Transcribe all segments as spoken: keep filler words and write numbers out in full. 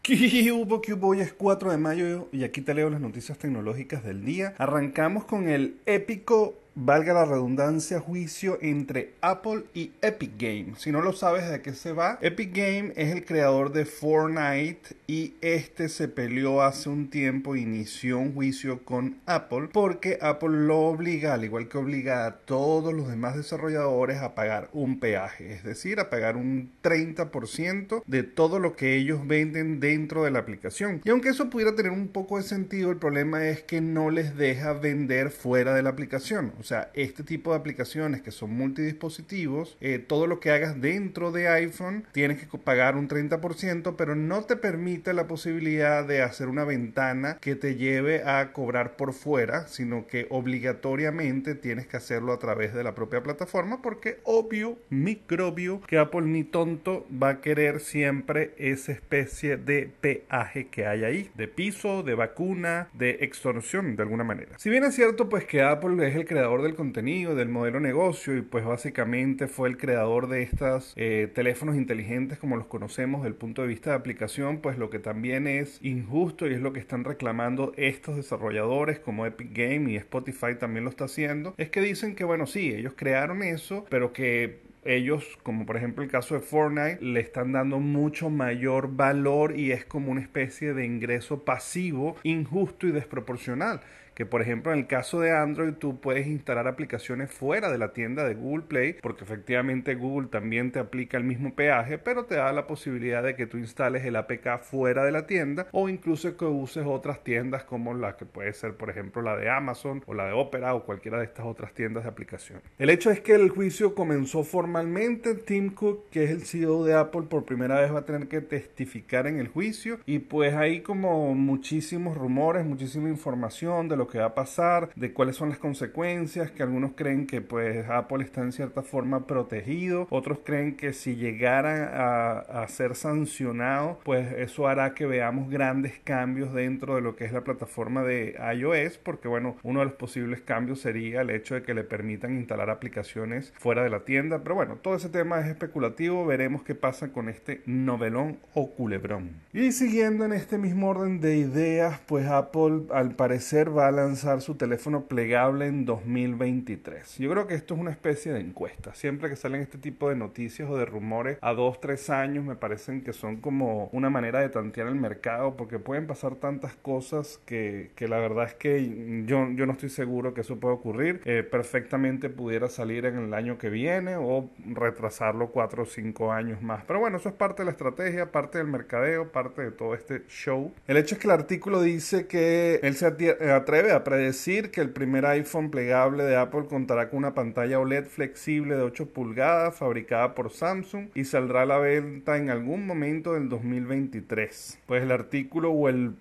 ¿Qué hubo, qué hubo? Hoy es cuatro de mayo y aquí te leo las noticias tecnológicas del día. Arrancamos con el épico, valga la redundancia, juicio entre Apple y Epic Games. Si no lo sabes de qué se va, Epic Games es el creador de Fortnite y este se peleó hace un tiempo, inició un juicio con Apple porque Apple lo obliga, al igual que obliga a todos los demás desarrolladores, a pagar un peaje, es decir, a pagar un treinta por ciento de todo lo que ellos venden dentro de la aplicación. Y aunque eso pudiera tener un poco de sentido, el problema es que no les deja vender fuera de la aplicación. O sea, este tipo de aplicaciones que son multidispositivos, eh, todo lo que hagas dentro de iPhone tienes que pagar un treinta por ciento, pero no te permite la posibilidad de hacer una ventana que te lleve a cobrar por fuera, sino que obligatoriamente tienes que hacerlo a través de la propia plataforma, porque obvio, microbio, que Apple ni tonto va a querer siempre esa especie de peaje que hay ahí, de piso, de vacuna, de extorsión de alguna manera. Si bien es cierto pues que Apple es el creador del contenido, del modelo negocio, y pues básicamente fue el creador de estos eh, teléfonos inteligentes como los conocemos desde el punto de vista de aplicación, pues lo que también es injusto y es lo que están reclamando estos desarrolladores como Epic Games, y Spotify también lo está haciendo, es que dicen que bueno, sí, ellos crearon eso, pero que ellos, como por ejemplo el caso de Fortnite, le están dando mucho mayor valor y es como una especie de ingreso pasivo, injusto y desproporcional. Que por ejemplo en el caso de Android tú puedes instalar aplicaciones fuera de la tienda de Google Play, porque efectivamente Google también te aplica el mismo peaje, pero te da la posibilidad de que tú instales el A P K fuera de la tienda, o incluso que uses otras tiendas como la que puede ser por ejemplo la de Amazon o la de Opera o cualquiera de estas otras tiendas de aplicaciones. El hecho es que el juicio comenzó formalmente. Tim Cook, que es el C E O de Apple, por primera vez va a tener que testificar en el juicio, y pues hay como muchísimos rumores, muchísima información de lo que va a pasar, de cuáles son las consecuencias, que algunos creen que pues Apple está en cierta forma protegido, otros creen que si llegara a, a ser sancionado, pues eso hará que veamos grandes cambios dentro de lo que es la plataforma de iOS, porque bueno, uno de los posibles cambios sería el hecho de que le permitan instalar aplicaciones fuera de la tienda, pero bueno, todo ese tema es especulativo, veremos qué pasa con este novelón o culebrón. Y siguiendo en este mismo orden de ideas, pues Apple al parecer va a lanzar su teléfono plegable en dos mil veintitrés. Yo creo que esto es una especie de encuesta. Siempre que salen este tipo de noticias o de rumores a dos, tres años, me parecen que son como una manera de tantear el mercado, porque pueden pasar tantas cosas que, que la verdad es que yo, yo no estoy seguro que eso pueda ocurrir. Eh, perfectamente pudiera salir en el año que viene o retrasarlo cuatro o cinco años más. Pero bueno, eso es parte de la estrategia, parte del mercadeo, parte de todo este show. El hecho es que el artículo dice que él se atreve a predecir que el primer iPhone plegable de Apple contará con una pantalla O L E D flexible de ocho pulgadas fabricada por Samsung y saldrá a la venta en algún momento del dos mil veintitrés. Pues el artículo o el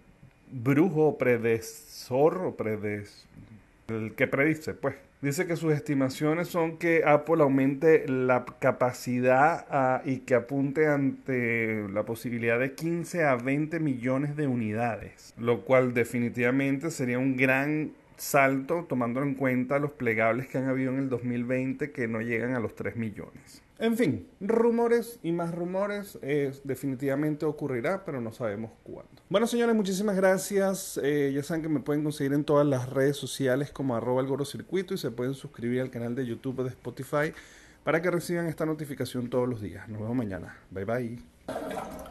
brujo predecesor o predes... el que predice, pues, dice que sus estimaciones son que Apple aumente la capacidad uh, y que apunte ante la posibilidad de quince a veinte millones de unidades, lo cual definitivamente sería un gran salto tomando en cuenta los plegables que han habido en el dos mil veinte que no llegan a los tres millones. En fin, rumores y más rumores, eh, definitivamente ocurrirá, pero no sabemos cuándo. Bueno, señores, muchísimas gracias. Eh, ya saben que me pueden conseguir en todas las redes sociales como arroba el gorocircuito, y se pueden suscribir al canal de YouTube de Spotify para que reciban esta notificación todos los días. Nos vemos mañana. Bye bye.